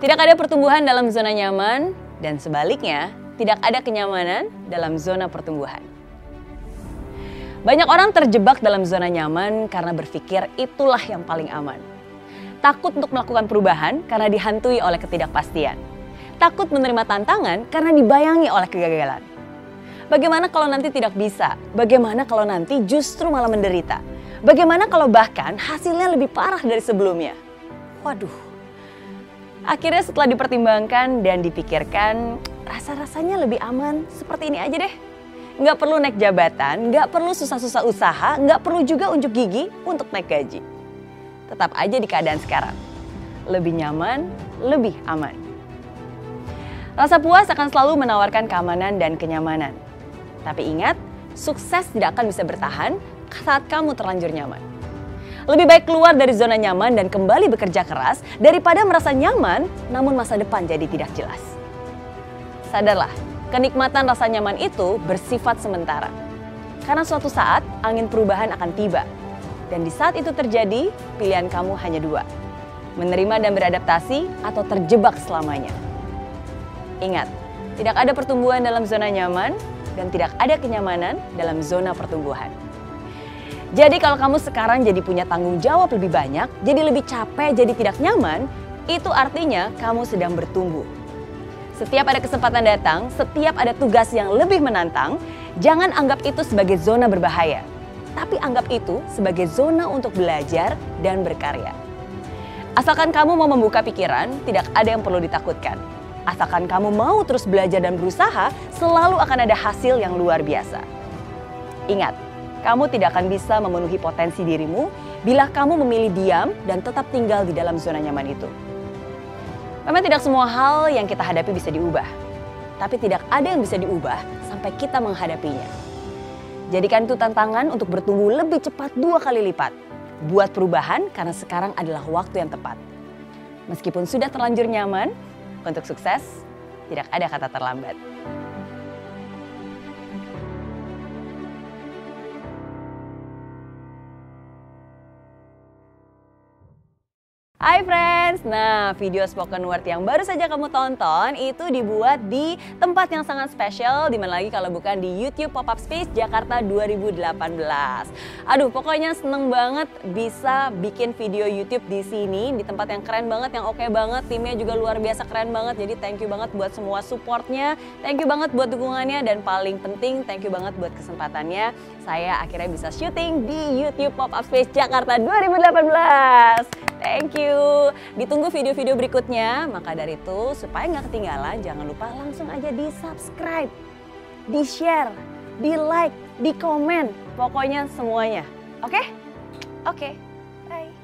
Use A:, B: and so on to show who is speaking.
A: Tidak ada pertumbuhan dalam zona nyaman, dan sebaliknya, tidak ada kenyamanan dalam zona pertumbuhan. Banyak orang terjebak dalam zona nyaman karena berpikir itulah yang paling aman. Takut untuk melakukan perubahan karena dihantui oleh ketidakpastian. Takut menerima tantangan karena dibayangi oleh kegagalan. Bagaimana kalau nanti tidak bisa? Bagaimana kalau nanti justru malah menderita? Bagaimana kalau bahkan hasilnya lebih parah dari sebelumnya? Waduh. Akhirnya setelah dipertimbangkan dan dipikirkan, rasa-rasanya lebih aman seperti ini aja deh. Nggak perlu naik jabatan, nggak perlu susah-susah usaha, nggak perlu juga unjuk gigi untuk naik gaji. Tetap aja di keadaan sekarang. Lebih nyaman, lebih aman. Rasa puas akan selalu menawarkan keamanan dan kenyamanan. Tapi ingat, sukses tidak akan bisa bertahan saat kamu terlanjur nyaman. Lebih baik keluar dari zona nyaman dan kembali bekerja keras daripada merasa nyaman namun masa depan jadi tidak jelas. Sadarlah, kenikmatan rasa nyaman itu bersifat sementara. Karena suatu saat angin perubahan akan tiba. Dan di saat itu terjadi, pilihan kamu hanya dua. Menerima dan beradaptasi atau terjebak selamanya. Ingat, tidak ada pertumbuhan dalam zona nyaman dan tidak ada kenyamanan dalam zona pertumbuhan. Jadi kalau kamu sekarang jadi punya tanggung jawab lebih banyak, jadi lebih capek, jadi tidak nyaman, itu artinya kamu sedang bertumbuh. Setiap ada kesempatan datang, setiap ada tugas yang lebih menantang, jangan anggap itu sebagai zona berbahaya. Tapi anggap itu sebagai zona untuk belajar dan berkarya. Asalkan kamu mau membuka pikiran, tidak ada yang perlu ditakutkan. Asalkan kamu mau terus belajar dan berusaha, selalu akan ada hasil yang luar biasa. Ingat, kamu tidak akan bisa memenuhi potensi dirimu bila kamu memilih diam dan tetap tinggal di dalam zona nyaman itu. Memang tidak semua hal yang kita hadapi bisa diubah. Tapi tidak ada yang bisa diubah sampai kita menghadapinya. Jadikan itu tantangan untuk bertumbuh lebih cepat 2 kali lipat. Buat perubahan karena sekarang adalah waktu yang tepat. Meskipun sudah terlanjur nyaman, untuk sukses, tidak ada kata terlambat. Hai friends, nah video spoken word yang baru saja kamu tonton itu dibuat di tempat yang sangat spesial, dimana lagi kalau bukan di YouTube Pop-Up Space Jakarta 2018. Aduh, pokoknya seneng banget bisa bikin video YouTube di sini, di tempat yang keren banget, yang oke banget, timnya juga luar biasa keren banget. Jadi thank you banget buat semua supportnya, thank you banget buat dukungannya, dan paling penting thank you banget buat kesempatannya. Saya akhirnya bisa syuting di YouTube Pop-Up Space Jakarta 2018. Thank you. Ditunggu video-video berikutnya. Maka dari itu supaya nggak ketinggalan, jangan lupa langsung aja di subscribe, di share, di like, di komen. Pokoknya semuanya. Oke? Oke. Bye.